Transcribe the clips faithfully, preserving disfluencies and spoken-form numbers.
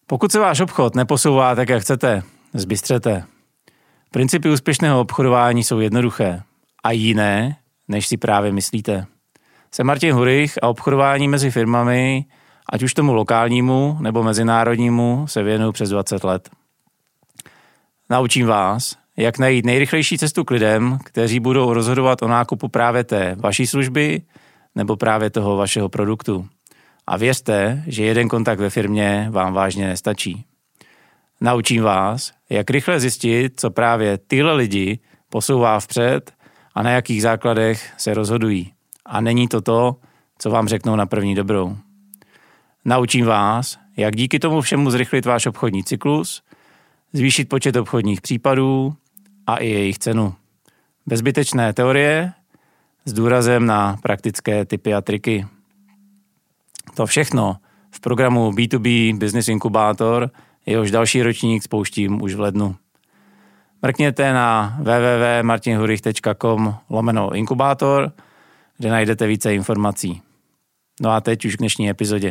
Pokud se váš obchod neposouvá tak, jak chcete, zbystřete. Principy úspěšného obchodování jsou jednoduché a jiné, než si právě myslíte. Jsem Martin Hurich a obchodování mezi firmami, ať už tomu lokálnímu nebo mezinárodnímu, se věnuju přes dvacet let. Naučím vás, jak najít nejrychlejší cestu k lidem, kteří budou rozhodovat o nákupu právě té vaší služby nebo právě toho vašeho produktu. A věřte, že jeden kontakt ve firmě vám vážně nestačí. Naučím vás, jak rychle zjistit, co právě tyhle lidi posouvá vpřed a na jakých základech se rozhodují. A není to to, co vám řeknou na první dobrou. Naučím vás, jak díky tomu všemu zrychlit váš obchodní cyklus, zvýšit počet obchodních případů a i jejich cenu. Bez zbytečné teorie s důrazem na praktické tipy a triky. To všechno v programu bé dvě bé Business Inkubator, jehož další ročník spouštím už v lednu. Mrkněte na w w w tečka martin hurich tečka com lomeno inkubátor, kde najdete více informací. No a teď už k dnešní epizodě.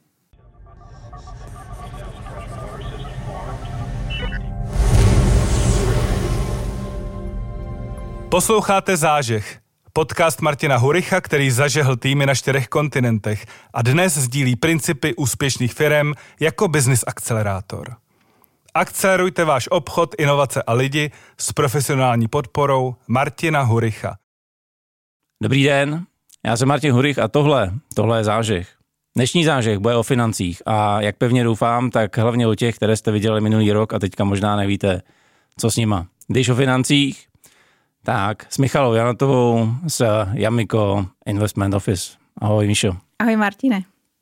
Posloucháte Zážeh, podcast Martina Huricha, který zažehl týmy na čtyřech kontinentech a dnes sdílí principy úspěšných firem jako business akcelerátor. Akcelerujte váš obchod, inovace a lidi s profesionální podporou Martina Huricha. Dobrý den, já jsem Martin Hurich a tohle, tohle je Zážeh. Dnešní Zážeh bude o financích a jak pevně doufám, tak hlavně o těch, které jste viděli minulý rok a teďka možná nevíte, co s nima. Když o financích, tak s Michalou Janatovou z Yamiko Investment Office. Ahoj, Míšo. Ahoj, Martine.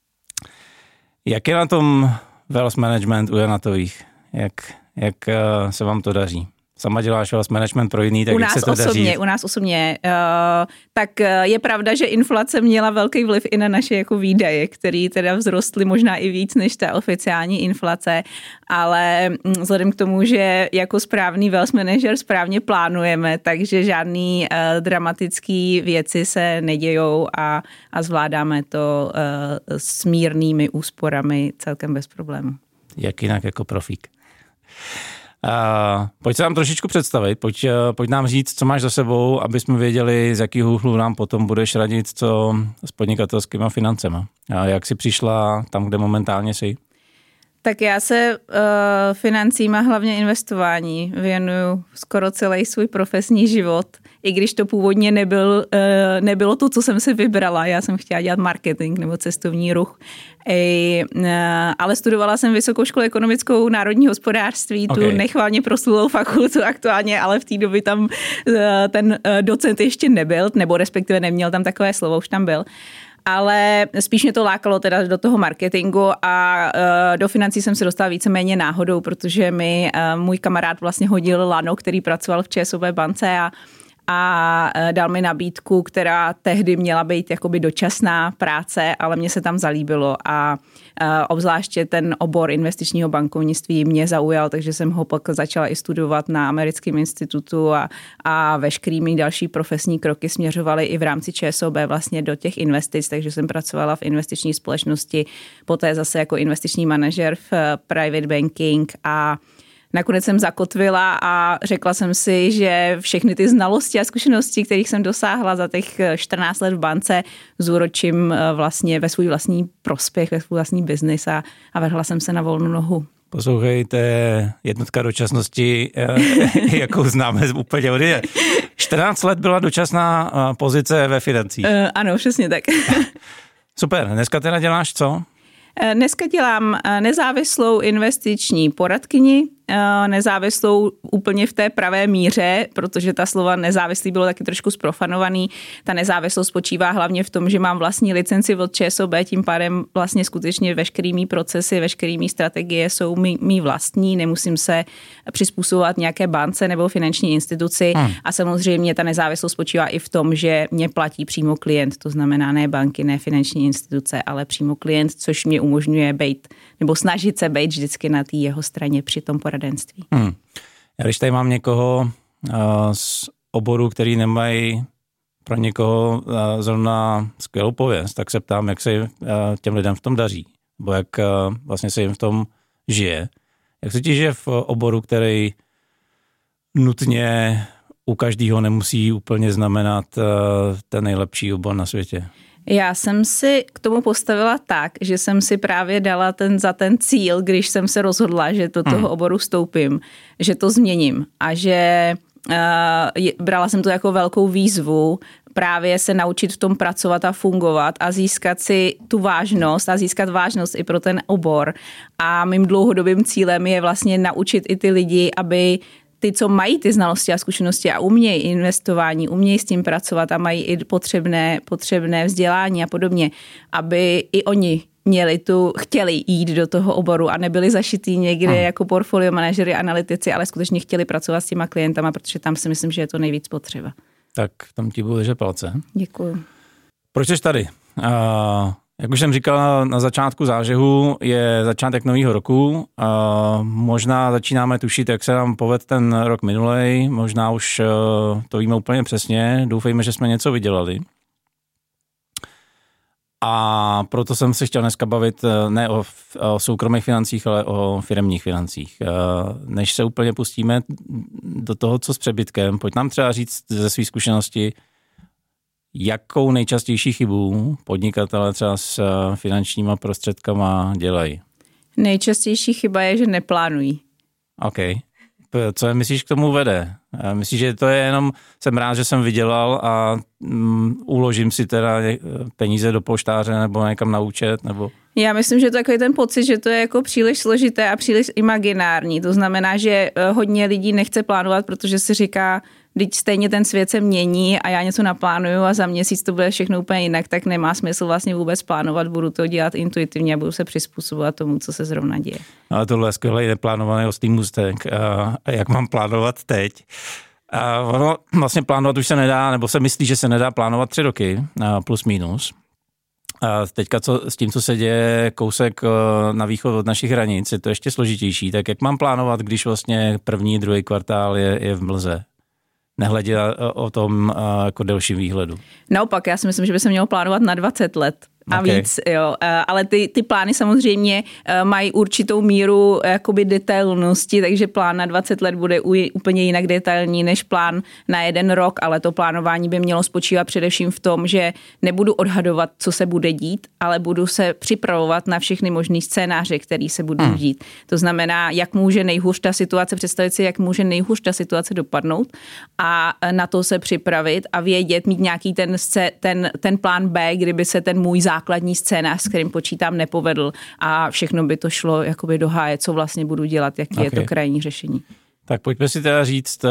Jak je na tom wealth management u Janatových? Jak, jak se vám to daří? Sama děláš wealth management pro jiný, tak u jak se to osobně, daří? U nás osobně. Uh, tak je pravda, že inflace měla velký vliv i na naše jako výdaje, které teda vzrostly možná i víc než ta oficiální inflace, ale vzhledem k tomu, že jako správný wealth manager správně plánujeme, takže žádný uh, dramatický věci se nedějou a, a zvládáme to uh, s mírnými úsporami celkem bez problémů. Jak jinak jako profík? Uh, pojď se nám trošičku představit, pojď, uh, pojď nám říct, co máš za sebou, aby jsme věděli, z jakých úhlů nám potom budeš radit, co s podnikatelskýma financema. A jak jsi přišla tam, kde momentálně jsi? Tak já se uh, financím a hlavně investování věnuju skoro celý svůj profesní život, i když to původně nebyl, uh, nebylo to, co jsem si vybrala. Já jsem chtěla dělat marketing nebo cestovní ruch. Ej, uh, ale studovala jsem Vysokou školu ekonomickou národní hospodářství, okay. Tu nechvalně proslulou fakultu aktuálně, ale v té době tam uh, ten uh, docent ještě nebyl, nebo respektive neměl tam takové slovo, už tam byl. Ale spíš mě to lákalo teda do toho marketingu a uh, do financí jsem se dostala víceméně náhodou, protože mi uh, můj kamarád vlastně hodil lano, který pracoval v ČSOB bance a a dal mi nabídku, která tehdy měla být jakoby dočasná práce, ale mně se tam zalíbilo a obzvláště ten obor investičního bankovnictví mě zaujal, takže jsem ho pak začala i studovat na Americkém institutu a, a veškerý mý další profesní kroky směřovaly i v rámci ČSOB vlastně do těch investic, takže jsem pracovala v investiční společnosti, poté zase jako investiční manažer v private banking a nakonec jsem zakotvila a řekla jsem si, že všechny ty znalosti a zkušenosti, kterých jsem dosáhla za těch čtrnáct let v bance, zúročím vlastně ve svůj vlastní prospěch, ve svůj vlastní biznis a, a vrhla jsem se na volnou nohu. Poslouchejte, jednotka dočasnosti, jakou známe úplně od jiné. čtrnáct let byla dočasná pozice ve financích. Uh, ano, přesně tak. Super, dneska teda děláš co? Dneska dělám nezávislou investiční poradkyni, nezávislou úplně v té pravé míře, protože ta slova nezávislý bylo taky trošku zprofanovaný. Ta nezávislost spočívá hlavně v tom, že mám vlastní licenci od ČSOB, tím pádem vlastně skutečně veškerý mý procesy, veškerý mý strategie jsou mý, mý vlastní, nemusím se přizpůsobovat nějaké bance nebo finanční instituci hmm. a samozřejmě ta nezávislost spočívá i v tom, že mě platí přímo klient, to znamená ne banky, ne finanční instituce, ale přímo klient, což mě umožňuje být nebo snažit se být vždycky na té jeho straně při tom poradenství. Hmm. Já když tady mám někoho uh, z oboru, který nemají pro někoho uh, zrovna skvělou pověst, tak se ptám, jak se uh, těm lidem v tom daří, nebo jak uh, vlastně se jim v tom žije. Jak se ti žije v oboru, který nutně u každého nemusí úplně znamenat ten nejlepší obor na světě? Já jsem si k tomu postavila tak, že jsem si právě dala ten, za ten cíl, když jsem se rozhodla, že do toho oboru vstoupím, že to změním a že uh, brala jsem to jako velkou výzvu právě se naučit v tom pracovat a fungovat a získat si tu vážnost a získat vážnost i pro ten obor. A mým dlouhodobým cílem je vlastně naučit i ty lidi, aby ty, co mají ty znalosti a zkušenosti a umějí investování, umějí s tím pracovat a mají i potřebné, potřebné vzdělání a podobně, aby i oni měli tu, chtěli jít do toho oboru a nebyli zašitý někde hmm. jako portfolio manažery, analytici, ale skutečně chtěli pracovat s těma klientama, protože tam si myslím, že je to nejvíc potřeba. Tak tam ti budu držet palce. Děkuju. Proč jsi tady? Uh, jak už jsem říkal na začátku zážehu, je začátek nového roku. Uh, možná začínáme tušit, jak se nám povedl ten rok minulej. Možná už uh, to víme úplně přesně. Doufejme, že jsme něco vydělali. A proto jsem se chtěl dneska bavit ne o, o soukromých financích, ale o firemních financích. Než se úplně pustíme do toho, co s přebytkem, pojď nám třeba říct ze své zkušenosti, jakou nejčastější chybu podnikatelé třeba s finančníma prostředkama dělají. Nejčastější chyba je, že neplánují. OK. Co je, myslíš, k tomu vede? Myslíš, že to je jenom, jsem rád, že jsem vydělal a um, uložím si teda peníze do poštáře nebo někam na účet? Nebo... Já myslím, že to je takový ten pocit, že to je jako příliš složité a příliš imaginární. To znamená, že hodně lidí nechce plánovat, protože si říká, když stejně ten svět se mění a já něco naplánuju a za měsíc to bude všechno úplně jinak, tak nemá smysl vlastně vůbec plánovat, budu to dělat intuitivně a budu se přizpůsobovat tomu, co se zrovna děje. Ale tohle je skvělý neplánovaný hostý můstek. A jak mám plánovat teď? A ono vlastně plánovat už se nedá, nebo se myslí, že se nedá plánovat tři roky, plus minus. A teďka co, s tím, co se děje kousek na východ od našich hranic, je to ještě složitější. Tak jak mám plánovat, když vlastně první, druhý kvartál je, je v mlze? Nehledě o tom jako delším výhledu. Naopak, já si myslím, že by se mělo plánovat na dvacet let. A okay. víc, jo. Ale ty, ty plány samozřejmě mají určitou míru jakoby detailnosti, takže plán na dvacet let bude úplně jinak detailní než plán na jeden rok, ale to plánování by mělo spočívat především v tom, že nebudu odhadovat, co se bude dít, ale budu se připravovat na všechny možný scénáře, který se budou hmm. dít. To znamená, jak může nejhůř ta situace, představit si, jak může nejhůř ta situace dopadnout a na to se připravit a vědět, mít nějaký ten, ten, ten plán B, kdyby se ten můj základní scénář, s kterým počítám, nepovedl a všechno by to šlo jakoby do háje, co vlastně budu dělat, jaký okay. je to krajní řešení. Tak pojďme si teda říct,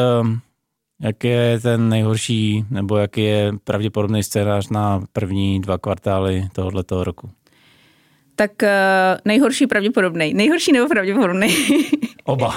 jak je ten nejhorší, nebo jaký je pravděpodobný scénář na první dva kvartály tohoto roku. Tak nejhorší pravděpodobný. Nejhorší nebo pravděpodobný? Oba.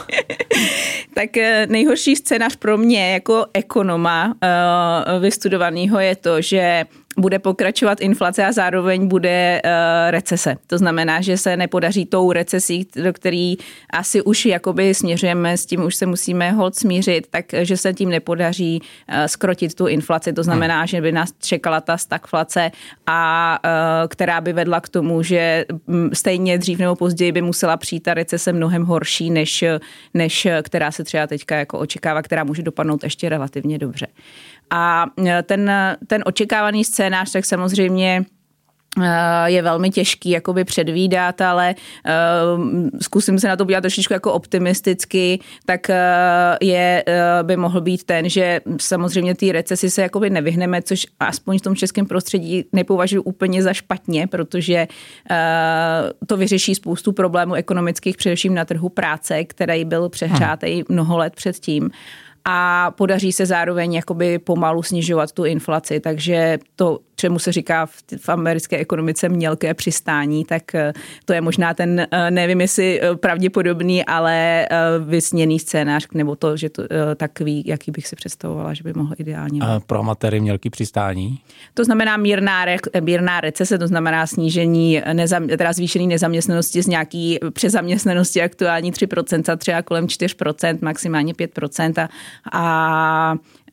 Tak nejhorší scénář pro mě jako ekonoma vystudovaného je to, že bude pokračovat inflace a zároveň bude uh, recese. To znamená, že se nepodaří tou recesí, do který asi už jakoby směřujeme, s tím už se musíme holt smířit, takže se tím nepodaří uh, skrotit tu inflaci. To znamená, hmm. že by nás čekala ta stagflace, a uh, která by vedla k tomu, že stejně dřív nebo později by musela přijít ta recese mnohem horší, než, než která se třeba teďka jako očekává, která může dopadnout ještě relativně dobře. A ten, ten očekávaný scénář, tak samozřejmě je velmi těžký jakoby předvídat, ale uh, zkusím se na to podívat trošičku jako optimisticky, tak uh, je, uh, by mohl být ten, že samozřejmě té recesi se jakoby nevyhneme, což aspoň v tom českém prostředí nepovažuji úplně za špatně, protože uh, to vyřeší spoustu problémů ekonomických, především na trhu práce, který byl přehrátej mnoho let předtím. A podaří se zároveň jakoby pomalu snižovat tu inflaci, takže to, čemu se říká v, v americké ekonomice mělké přistání, tak to je možná ten, nevím jestli pravděpodobný, ale vysněný scénář, nebo to, že to takový, jaký bych si představovala, že by mohl ideálně být. A pro amatéry mělký přistání? To znamená mírná, re, mírná recese, to znamená snížení, nezam, teda zvýšený nezaměstnanosti z nějaký přezaměstnanosti aktuální tři procenta, třeba kolem čtyři procenta, maximálně pět procent a a,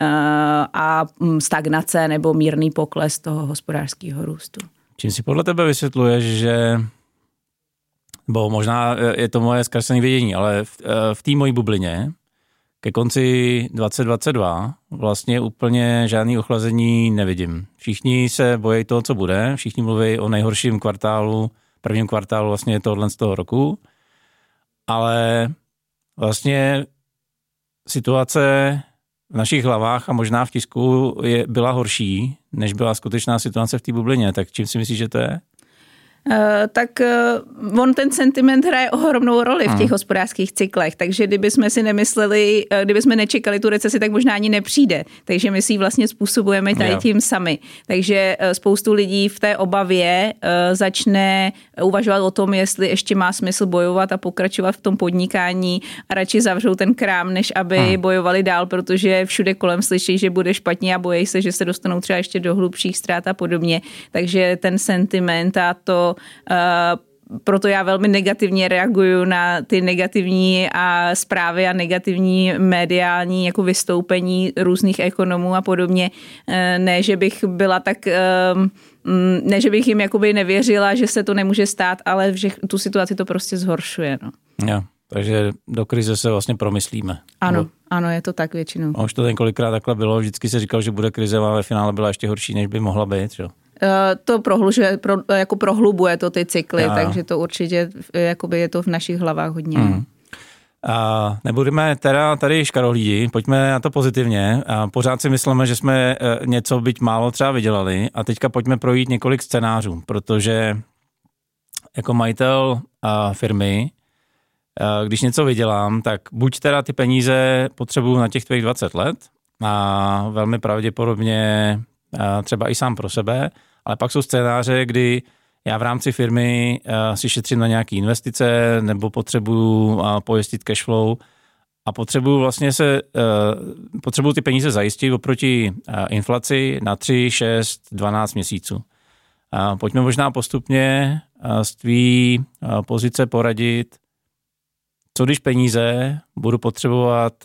a stagnace nebo mírný pokles toho hospodářského růstu. Čím si podle tebe vysvětluješ, že Bo možná je to moje zkreslené vědění, ale v, v té mojí bublině ke konci dvacet dvacet dva vlastně úplně žádný ochlazení nevidím. Všichni se bojí toho, co bude, všichni mluví o nejhorším kvartálu, prvním kvartálu vlastně tohle z toho roku, ale vlastně situace v našich hlavách a možná v tisku je, byla horší, než byla skutečná situace v té bublině. Tak čím si myslíš, že to je? Uh, tak uh, on ten sentiment hraje ohromnou roli v těch hmm. hospodářských cyklech, takže kdyby jsme si nemysleli, uh, kdyby jsme nečekali tu recesi, tak možná ani nepřijde. Takže my si ji vlastně způsobujeme tady tím sami. Takže uh, spoustu lidí v té obavě uh, začne uvažovat o tom, jestli ještě má smysl bojovat a pokračovat v tom podnikání a radši zavřou ten krám, než aby hmm. bojovali dál, protože všude kolem slyší, že bude špatně a bojí se, že se dostanou třeba ještě do hlubších ztrát a podobně. Takže ten sentiment a to Uh, proto já velmi negativně reaguju na ty negativní a zprávy a negativní mediální jako vystoupení různých ekonomů a podobně. Uh, ne, že bych byla tak, uh, ne, že bych jim jakoby nevěřila, že se to nemůže stát, ale že tu situaci to prostě zhoršuje. No. Jo, takže do krize se vlastně promyslíme. Ano, ano, je to tak většinou. A už to tenkrát takhle bylo, vždycky se říkal, že bude krize, ale ve finále byla ještě horší, než by mohla být, jo. To prohlužuje, pro, jako prohlubuje to ty cykly, já. Takže to určitě jakoby je to v našich hlavách hodně. Hmm. A nebudeme teda tady škarohlídi, pojďme na to pozitivně. A pořád si myslíme, že jsme něco byť málo třeba vydělali a teďka pojďme projít několik scénářů, protože jako majitel firmy, když něco vydělám, tak buď teda ty peníze potřebuju na těch tvých dvacet let a velmi pravděpodobně třeba i sám pro sebe, ale pak jsou scénáře, kdy já v rámci firmy si šetřím na nějaké investice nebo potřebuju pojistit cash flow a potřebuju vlastně se, potřebuju ty peníze zajistit oproti inflaci na tři, šest, dvanáct měsíců. Pojďme možná postupně z tvý pozice poradit, co když peníze budu potřebovat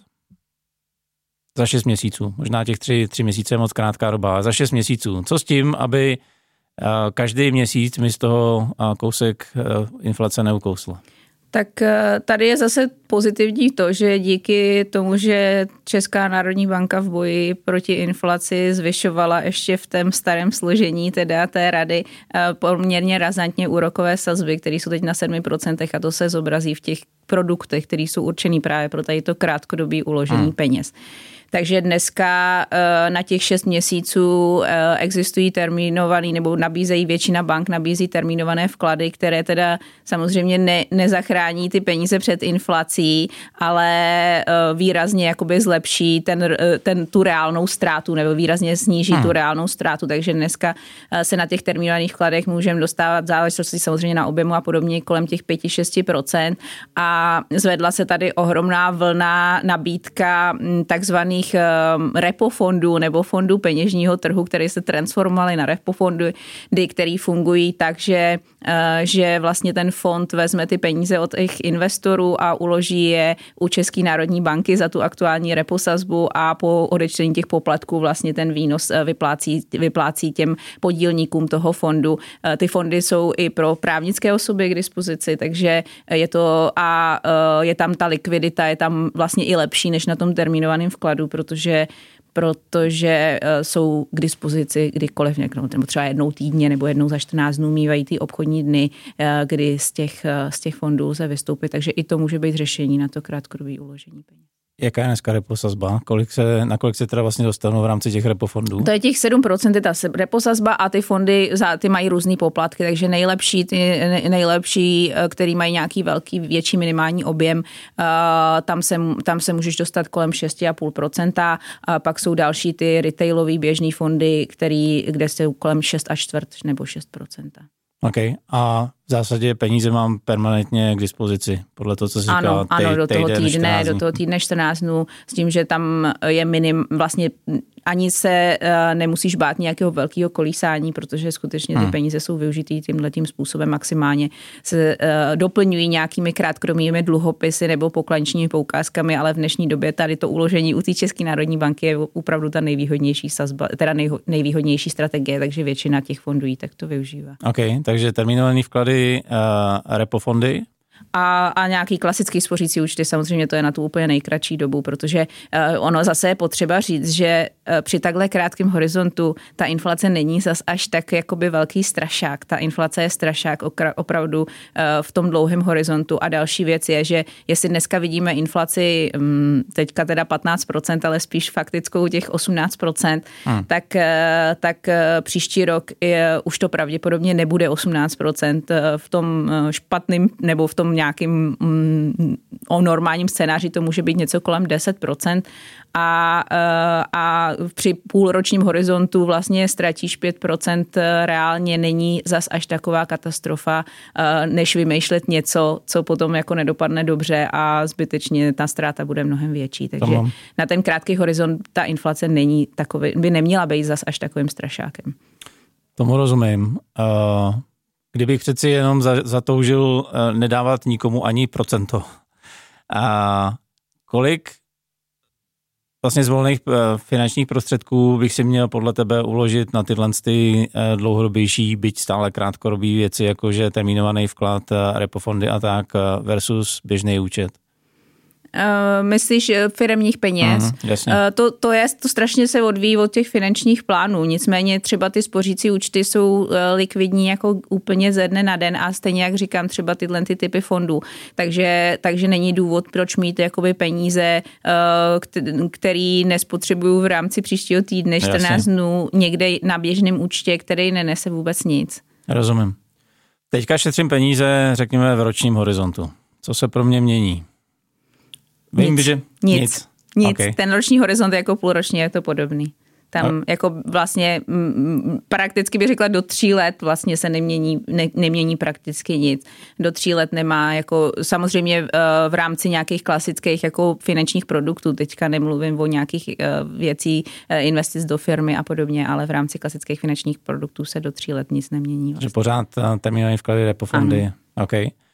za šest měsíců, možná těch tři, tři měsíce je moc krátká doba, za šest měsíců. Co s tím, aby každý měsíc mi z toho kousek inflace neukousla? Tak tady je zase pozitivní to, že díky tomu, že Česká národní banka v boji proti inflaci zvyšovala ještě v tom starém složení teda té rady poměrně razantně úrokové sazby, které jsou teď na sedm procent a to se zobrazí v těch produktech, které jsou určený právě pro tady to krátkodobé uložení hmm. peněz. Takže dneska na těch šest měsíců existují termínovaný, nebo nabízejí, většina bank nabízí termínované vklady, které teda samozřejmě ne, nezachrání ty peníze před inflací, ale výrazně jakoby zlepší ten, ten, tu reálnou ztrátu nebo výrazně sníží hmm. tu reálnou ztrátu. Takže dneska se na těch termínovaných vkladech můžeme dostávat záležitosti samozřejmě na objemu a podobně kolem těch pět až šest procent a zvedla se tady ohromná vlna nabídka takzvaných repo fondů nebo fondů peněžního trhu, které se transformovaly na repo fondy, které fungují tak, že, že vlastně ten fond vezme ty peníze od těch investorů a uloží je u České národní banky za tu aktuální repo sazbu a po odečtení těch poplatků vlastně ten výnos vyplácí, vyplácí těm podílníkům toho fondu. Ty fondy jsou i pro právnické osoby k dispozici, takže je to a je tam ta likvidita, je tam vlastně i lepší než na tom termínovaném vkladu, protože protože jsou k dispozici kdykoliv, nebo třeba jednou týdně nebo jednou za čtrnáct dnů mývají ty obchodní dny, kdy z těch, z těch fondů se vystoupí, takže i to může být řešení na to krátkodobé uložení peněz. Jaká je dneska repo sazba? Kolik se, na kolik se teda vlastně dostanou v rámci těch repo fondů? To je těch sedm procent je ta repo sazba a ty fondy ty mají různý poplatky, takže nejlepší, ty nejlepší, který mají nějaký velký, větší minimální objem, tam se, tam se můžeš dostat kolem šest celá pět procenta, a pak jsou další ty retailový běžný fondy, který, kde jsou kolem šest až čtvrt nebo šest procent. OK. A v zásadě peníze mám permanentně k dispozici, podle toho, co jsi ano, říkala. Ano, do toho týden, týdne, do toho týdne čtrnáct dnů, s tím, že tam je minim, vlastně ani se uh, nemusíš bát nějakého velkého kolísání, protože skutečně ty hmm. peníze jsou využitý tímhletím způsobem maximálně. Se uh, doplňují nějakými krátkodobými dluhopisy nebo pokladničními poukázkami, ale v dnešní době tady to uložení u té České národní banky je opravdu ta nejvýhodnější sazba, teda nejho, nejvýhodnější strategie, takže většina těch fondů jí tak to využívá. OK, takže termínované vklady inflaci uh, repofondy. A, a nějaký klasický spořící účty, samozřejmě to je na tu úplně nejkratší dobu, protože uh, ono zase je potřeba říct, že uh, při takhle krátkém horizontu ta inflace není zas až tak jakoby velký strašák. Ta inflace je strašák okra- opravdu uh, v tom dlouhém horizontu. A další věc je, že jestli dneska vidíme inflaci um, teďka teda patnáct procent, ale spíš faktickou těch osmnáct procent, hmm. tak, uh, tak uh, příští rok je, už to pravděpodobně nebude osmnáct procent. Uh, v tom uh, špatným nebo v tom nějakým mm, o normálním scénáři to může být něco kolem deset procent a, a při půlročním horizontu vlastně ztratíš pět procent, reálně není zas až taková katastrofa, než vymýšlet něco, co potom jako nedopadne dobře a zbytečně ta ztráta bude mnohem větší. Takže Tomu. na ten krátký horizont ta inflace není takový, by neměla být zas až takovým strašákem. Tomu rozumím. Uh... Kdybych přeci jenom za, zatoužil uh, nedávat nikomu ani procento. A kolik vlastně z volných uh, finančních prostředků bych si měl podle tebe uložit na tyhle ty, uh, dlouhodobější, byť stále krátkodobý věci, jakože termínovaný vklad, uh, repofondy a tak uh, versus běžný účet? Uh, myslíš firemních peněz? Uh, jasně. Uh, to, to je, to strašně se odvíjí od těch finančních plánů, nicméně třeba ty spořící účty jsou uh, likvidní jako úplně ze dne na den a stejně jak říkám třeba tyhle ty typy fondů, takže, takže není důvod, proč mít jakoby peníze, uh, který nespotřebuju v rámci příštího týdne čtrnáct jasně. dnů někde na běžném účtě, který nenese vůbec nic. Rozumím. Teďka šetřím peníze, řekněme, v ročním horizontu. Co se pro mě mění? Vím, nic, že nic, nic. nic. Okay. Ten roční horizont jako půlročně je to podobný. Tam a... jako vlastně m, prakticky bych řekla do tří let vlastně se nemění, ne, nemění prakticky nic. Do tří let nemá jako samozřejmě v rámci nějakých klasických jako finančních produktů, teďka nemluvím o nějakých věcí, investic do firmy a podobně, ale v rámci klasických finančních produktů se do tří let nic nemění. Vlastně. Že pořád termínové vklady, repofondy. OK.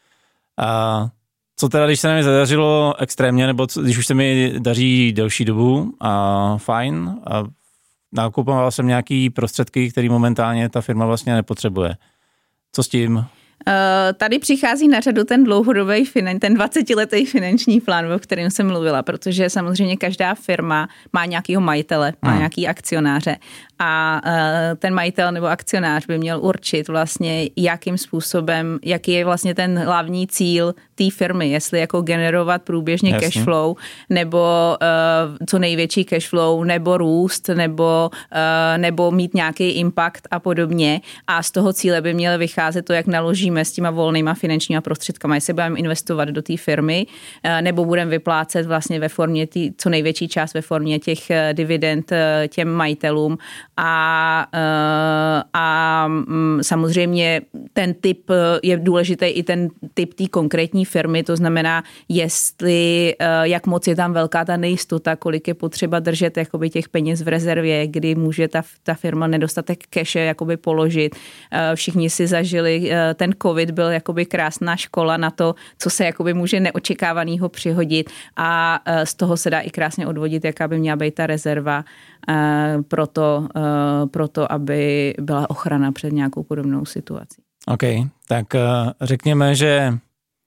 A co teda, když se mi zadařilo extrémně, nebo co, když už se mi daří delší dobu, a fajn, a nakupoval jsem nějaký prostředky, které momentálně ta firma vlastně nepotřebuje. Co s tím? Tady přichází na řadu ten dlouhodobý, ten dvacetiletý finanční plán, o kterém jsem mluvila, protože samozřejmě každá firma má nějakého majitele, má hmm. nějaký akcionáře a ten majitel nebo akcionář by měl určit vlastně, jakým způsobem, jaký je vlastně ten hlavní cíl té firmy, jestli jako generovat průběžně Jasně. cash flow, nebo uh, co největší cash flow, nebo růst, nebo, uh, nebo mít nějaký impact a podobně. A z toho cíle by měl vycházet to, jak naložíme s těma volnýma finančníma prostředkama, jestli budeme investovat do té firmy, uh, nebo budeme vyplácet vlastně ve formě, tý, co největší část ve formě těch uh, dividend uh, těm majitelům. A, uh, a um, samozřejmě ten typ uh, je důležitý i ten typ té konkrétní firmy, to znamená, jestli, jak moc je tam velká ta nejistota, kolik je potřeba držet jakoby těch peněz v rezervě, kdy může ta, ta firma nedostatek cache jakoby položit. Všichni si zažili, ten covid byl jakoby krásná škola na to, co se jakoby může neočekávanýho přihodit a z toho se dá i krásně odvodit, jaká by měla být ta rezerva proto, proto aby byla ochrana před nějakou podobnou situací. OK, tak řekněme, že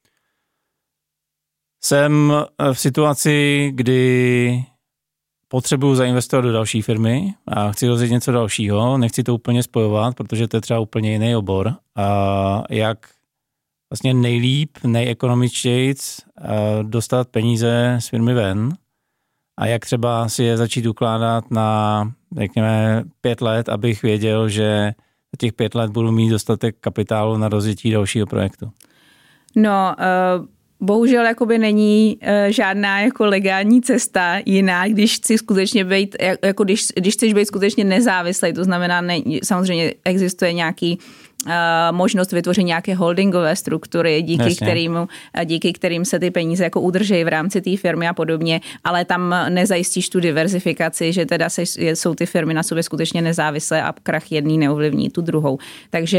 jsem v situaci, kdy potřebuju zainvestovat do další firmy a chci rozjet něco dalšího, nechci to úplně spojovat, protože to je třeba úplně jiný obor. A jak vlastně nejlíp, nejekonomičtějc dostat peníze z firmy ven a jak třeba si je začít ukládat na, řekněme, pět let, abych věděl, že za těch pět let budu mít dostatek kapitálu na rozjetí dalšího projektu. No, uh... Bohužel jakoby není uh, žádná jako legální cesta jiná, když chci skutečně být, jako když, když chceš být skutečně nezávislý, to znamená, ne, samozřejmě existuje nějaký uh, možnost vytvoření nějaké holdingové struktury, díky kterým, díky kterým se ty peníze jako udržejí v rámci té firmy a podobně, ale tam nezajistíš tu diverzifikaci, že teda se, jsou ty firmy na sobě skutečně nezávislé a krach jedný neovlivní tu druhou. Takže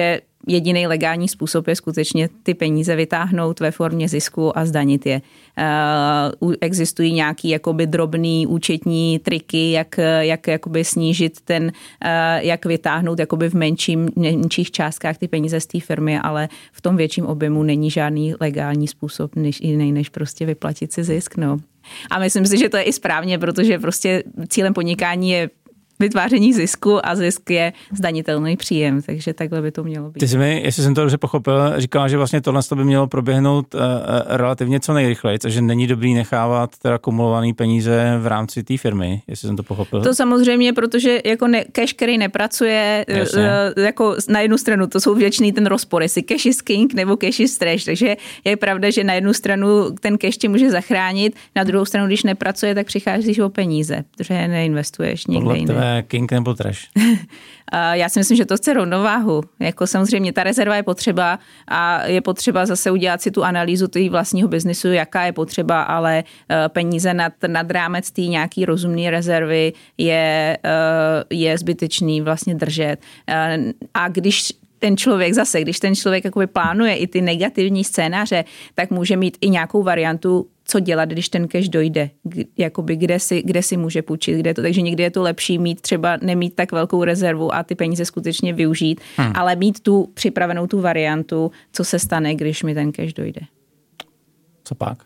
jediný legální způsob je skutečně ty peníze vytáhnout ve formě zisku a zdanit je. Uh, existují nějaký jakoby drobný účetní triky, jak, jak jakoby snížit ten, uh, jak vytáhnout jakoby v menším, menších částkách ty peníze z té firmy, ale v tom větším objemu není žádný legální způsob než jiný, než prostě vyplatit si zisk. No. A myslím si, že to je i správně, protože prostě cílem podnikání je vytváření zisku a zisk je zdanitelný příjem, takže takhle by to mělo být. Ty jsi mi, jestli jsem to dobře pochopil, říkala, že vlastně tohle by mělo proběhnout uh, relativně co nejrychleji, takže není dobrý nechávat teda kumulovaný peníze v rámci té firmy, jestli jsem to pochopil. To samozřejmě, protože jako ne, cash, který nepracuje, uh, jako na jednu stranu, to jsou věčný ten rozpor, jestli cash is king nebo cash is trash, takže je pravda, že na jednu stranu ten cash tě může zachránit, na druhou stranu, když nepracuje, tak přicházíš o peníze, protože neinvestuješ nikde jinde. King nebo trash? Já si myslím, že to chce rovnováhu. Jako samozřejmě ta rezerva je potřeba a je potřeba zase udělat si tu analýzu toho vlastního biznisu, jaká je potřeba, ale peníze nad, nad rámec té nějaký rozumné rezervy je, je zbytečný vlastně držet. A když ten člověk zase, když ten člověk jakoby plánuje i ty negativní scénáře, tak může mít i nějakou variantu, co dělat, když ten cash dojde, jakoby kde si, kde si může půjčit, kde to, takže někdy je to lepší mít třeba nemít tak velkou rezervu a ty peníze skutečně využít, hmm. ale mít tu připravenou tu variantu, co se stane, když mi ten cash dojde. Co pak?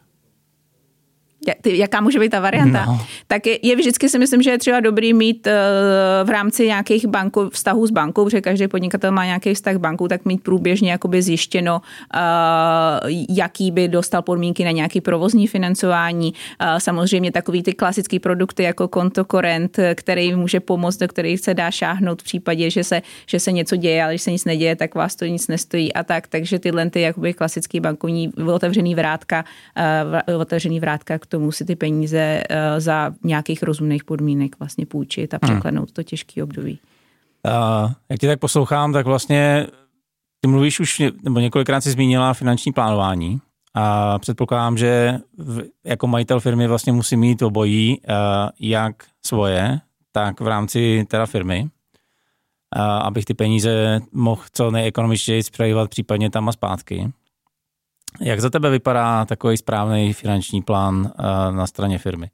Jaká může být ta varianta? No. Tak je, je vždycky si myslím, že je třeba dobrý mít uh, v rámci nějakých banku, vztahů s bankou, protože každý podnikatel má nějaký vztah s bankou, tak mít průběžně jakoby zjištěno, uh, jaký by dostal podmínky na nějaký provozní financování. Uh, samozřejmě takový ty klasický produkty jako konto korent, který může pomoct, do kterých se dá šáhnout v případě, že se, že se něco děje, ale když se nic neděje, tak vás to nic nestojí a tak. Takže tyhle ty jakoby klasický bankovní otevřený vrátka, uh, otevřený vrátka k tomu si ty peníze uh, za nějakých rozumných podmínek vlastně půjčit a překlenout hmm. to těžký období. Uh, jak tě tak poslouchám, tak vlastně ty mluvíš už, nebo několikrát si zmínila finanční plánování a předpokládám, že v, jako majitel firmy vlastně musí mít obojí, uh, jak svoje, tak v rámci teda firmy, uh, abych ty peníze mohl co nejekonomičtěji přelívat případně tam a zpátky. Jak za tebe vypadá takový správný finanční plán uh, na straně firmy?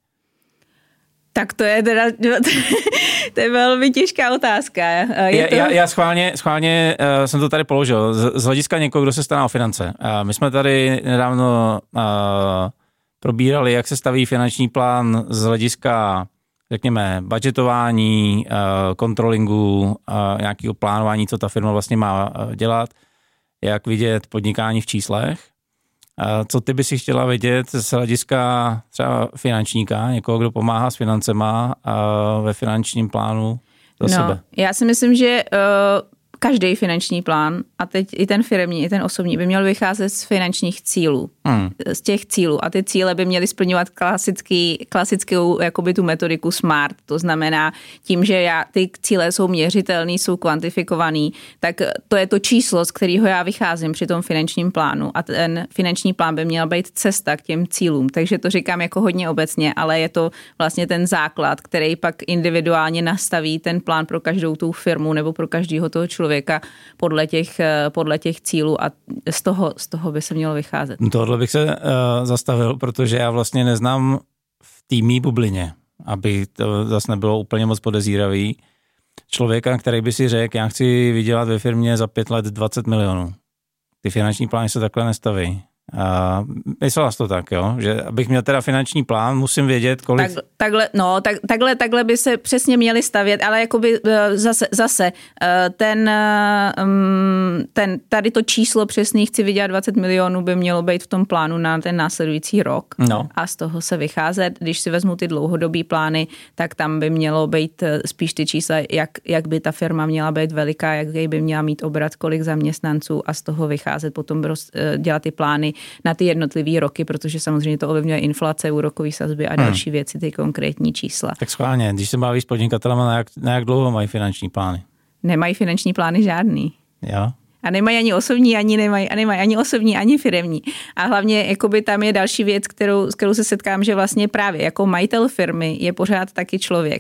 Tak to je teda, to je velmi těžká otázka. Je to... Já, já schválně, schválně uh, jsem to tady položil. Z, z hlediska někoho, kdo se stará o finance. Uh, my jsme tady nedávno uh, probírali, jak se staví finanční plán z hlediska, řekněme, budgetování, uh, kontrolingu, uh, nějakého plánování, co ta firma vlastně má uh, dělat, jak vidět podnikání v číslech. Co ty by si chtěla vědět z hlediska třeba finančníka, někoho, kdo pomáhá s financema ve finančním plánu za no, sebe? Já si myslím, že uh, každý finanční plán, a teď i ten firemní, i ten osobní, by měl vycházet z finančních cílů. Hmm. Z těch cílů. A ty cíle by měly splňovat klasický, klasickou jakoby tu metodiku SMART. To znamená tím, že já, ty cíle jsou měřitelný, jsou kvantifikovaný, tak to je to číslo, z kterého já vycházím při tom finančním plánu. A ten finanční plán by měl být cesta k těm cílům. Takže to říkám jako hodně obecně, ale je to vlastně ten základ, který pak individuálně nastaví ten plán pro každou tu firmu nebo pro každého toho člověka podle těch, podle těch cílů a z toho, z toho by se mělo vycházet. Tohle bych se uh, zastavil, protože já vlastně neznám v té mý bublině, aby to zase nebylo úplně moc podezíravý, člověka, který by si řekl, já chci vydělat ve firmě za pět let dvacet milionů. Ty finanční plány se takhle nestaví. A myslela jsi to tak, jo? Že abych měl teda finanční plán, musím vědět, kolik... Tak, takhle, no, tak, takhle, takhle by se přesně měli stavět, ale jakoby zase, zase ten, ten, tady to číslo přesný, chci vydělat dvacet milionů, by mělo být v tom plánu na ten následující rok. No. A z toho se vycházet. Když si vezmu ty dlouhodobý plány, tak tam by mělo být spíš ty čísla, jak, jak by ta firma měla být veliká, jak by měla mít obrat, kolik zaměstnanců a z toho vycházet, potom dělat ty plány na ty jednotlivý roky, protože samozřejmě to ovlivňuje inflace, úrokové sazby a další hmm. věci, ty konkrétní čísla. Tak schválně, když se bavíš s podnikatelema, na jak, na jak dlouho mají finanční plány? Nemají finanční plány žádný. Jo? A nemají ani osobní, ani nemají, a nemají ani osobní, ani firemní. A hlavně jakoby tam je další věc, kterou, s kterou se setkám, že vlastně právě jako majitel firmy je pořád taky člověk.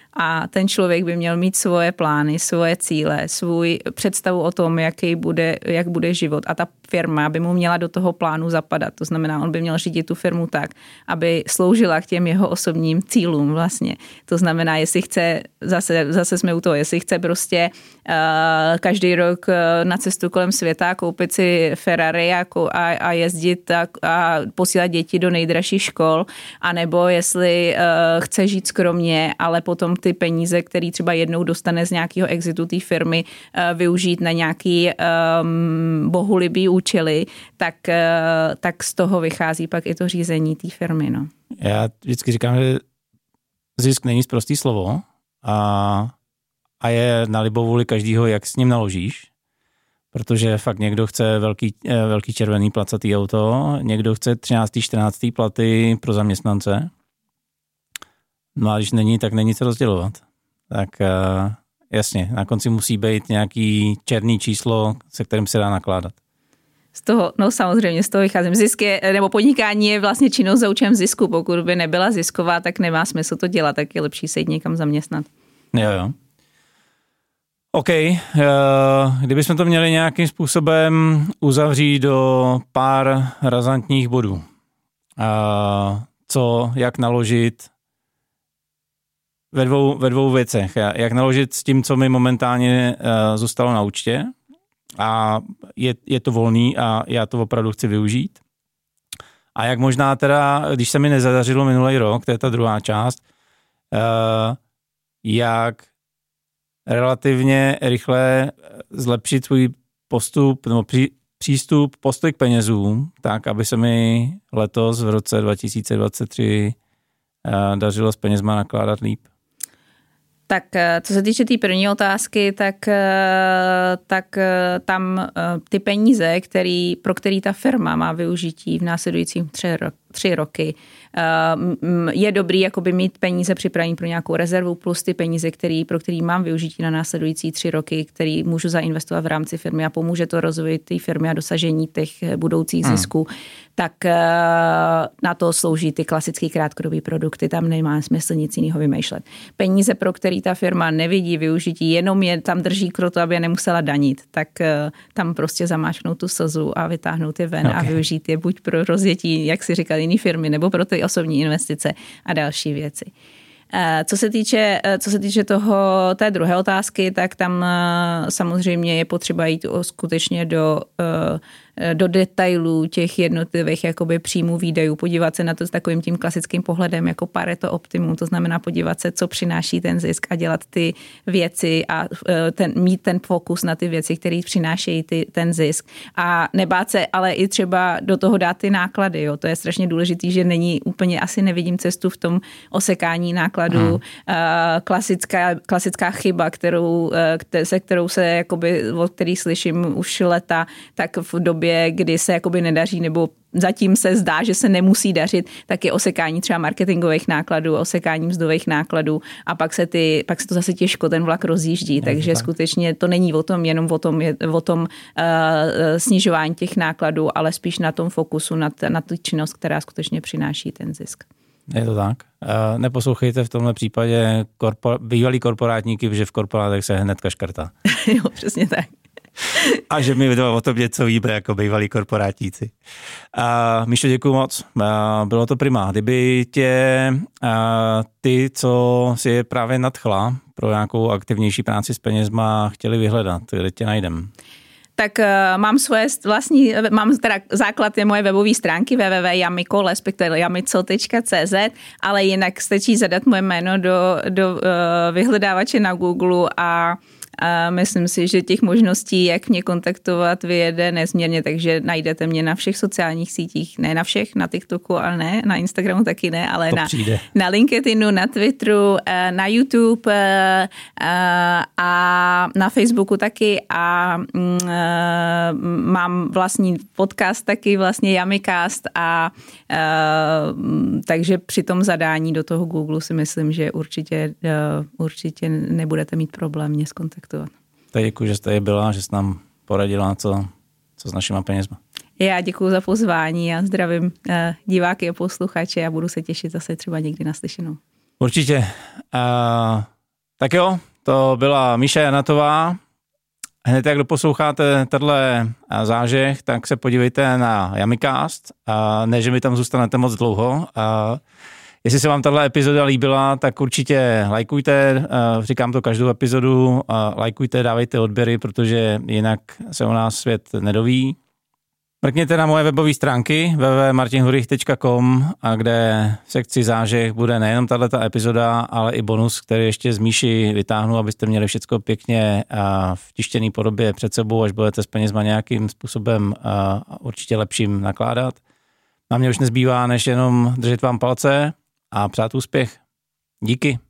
A ten člověk by měl mít svoje plány, svoje cíle, svůj představu o tom, jaký bude, jak bude život. A ta firma by mu měla do toho plánu zapadat. To znamená, on by měl řídit tu firmu tak, aby sloužila k těm jeho osobním cílům vlastně. To znamená, jestli chce, zase, zase jsme u toho, jestli chce prostě uh, každý rok na cestu kolem světa koupit si Ferrari a, a, a jezdit a, a posílat děti do nejdražších škol, anebo jestli uh, chce žít skromně, ale potom ty peníze, které třeba jednou dostane z nějakého exitu té firmy, uh, využít na nějaký um, bohulibý účely, tak, uh, tak z toho vychází pak i to řízení té firmy. No. Já vždycky říkám, že zisk není sprostý slovo a, a je na libovůli každýho, jak s ním naložíš, protože fakt někdo chce velký, velký červený placatý auto, někdo chce třináctý, čtrnáctý platy pro zaměstnance. No a když není, tak není co rozdělovat. Tak uh, jasně, na konci musí být nějaký černý číslo, se kterým se dá nakládat. Z toho, no samozřejmě, z toho vycházím. Zisk je, nebo podnikání je vlastně činnost za účelem zisku. Pokud by nebyla zisková, tak nemá smysl to dělat, tak je lepší se jít někam zaměstnat. Jo, jo. OK, kdybychom to měli nějakým způsobem uzavřít do pár razantních bodů. Co, jak naložit ve dvou, ve dvou věcech. Jak naložit s tím, co mi momentálně zůstalo na účtě a je, je to volný a já to opravdu chci využít. A jak možná teda, když se mi nezadařilo minulý rok, to je ta druhá část, jak relativně rychle zlepšit svůj postup nebo pří, přístup, postoj k penězům, tak, aby se mi letos v roce dva tisíce dvacet tři dařilo s penězma nakládat líp. Tak co se týče té tý první otázky, tak, tak tam ty peníze, který, pro který ta firma má využití v následujícím tři, ro, tři roky, je dobrý jakoby mít peníze připravené pro nějakou rezervu plus ty peníze, který, pro který mám využití na následující tři roky, který můžu zainvestovat v rámci firmy a pomůže to rozvoji té firmy a dosažení těch budoucích hmm. zisků, tak na to slouží ty klasické krátkodobé produkty, tam nemá smysl nic jiného vymýšlet. Peníze, pro který ta firma nevidí využití, jenom je tam drží pro to, aby je nemusela danit, tak tam prostě zamáčknout tu slzu a vytáhnout je ven okay. a využít je buď pro rozjetí, jak si říkal, jiný firmy, nebo pro ty osobní investice a další věci. Co se týče, co se týče toho, té druhé otázky, tak tam samozřejmě je potřeba jít skutečně do, do detailů těch jednotlivých jakoby příjmů výdajů, podívat se na to s takovým tím klasickým pohledem jako Pareto optimum, to znamená podívat se, co přináší ten zisk a dělat ty věci a ten, mít ten fokus na ty věci, které přinášejí ty, ten zisk a nebát se, ale i třeba do toho dát ty náklady, jo. To je strašně důležitý, že není úplně, asi nevidím cestu v tom osekání nákladů. Hmm. Klasická, klasická chyba, kterou, se kterou se, jakoby, od který slyším už leta, tak v době, kdy se jakoby nedaří nebo zatím se zdá, že se nemusí dařit, tak je osekání třeba marketingových nákladů, osekání mzdových nákladů a pak se, ty, pak se to zase těžko ten vlak rozjíždí, je takže tak. Skutečně to není o tom, jenom o tom, je, o tom uh, snižování těch nákladů, ale spíš na tom fokusu, na, na tu činnost, která skutečně přináší ten zisk. Je to tak. Uh, neposlouchejte v tomhle případě korpor- bývalý korporátníky, protože v korporátech se hnedka škrtá. Jo, přesně tak. A že mi o tom něco víme jako bývalí korporátníci. Uh, Míšo, děkuju moc. Uh, bylo to prima. Kdyby tě uh, ty, co si je právě nadchla pro nějakou aktivnější práci s penězma, chtěli vyhledat, kde tě najdem? Tak uh, mám svoje vlastní, mám teda základ je moje webové stránky w w w tečka jamiko, respektive jamico tečka c z, ale jinak stačí zadat moje jméno do, do uh, vyhledávače na Google a A myslím si, že těch možností, jak mě kontaktovat, vyjede nezměrně, takže najdete mě na všech sociálních sítích, ne na všech, na TikToku, ale ne, na Instagramu taky ne, ale na, na LinkedInu, na Twitteru, na YouTube a na Facebooku taky a mám vlastní podcast taky, vlastně Yamicast a takže při tom zadání do toho Google si myslím, že určitě, určitě nebudete mít problém mě zkontaktovat. Tak děkuji, že jste je byla, že jste nám poradila, co, co s našima penězma. Já děkuji za pozvání a zdravím uh, diváky a posluchače a budu se těšit zase třeba někdy na slyšenou. Určitě. Uh, Tak jo, to byla Míša Janatová. Hned jak doposloucháte tenhle zážeh, tak se podívejte na Yumicast. Ne, že mi tam zůstanete moc dlouho. Jestli se vám tahle epizoda líbila, tak určitě lajkujte. Říkám to každou epizodu. Lajkujte, dávejte odběry, protože jinak se o nás svět nedoví. Mrkněte na moje webové stránky w w w tečka martin hurich tečka com, a kde v sekci zážeh bude nejenom tato epizoda, ale i bonus, který ještě z Míši vytáhnu, abyste měli všechno pěkně v tištěné podobě před sebou, až budete s penězma nějakým způsobem určitě lepším nakládat. A mě už nezbývá, než jenom držet vám palce a přát úspěch. Díky.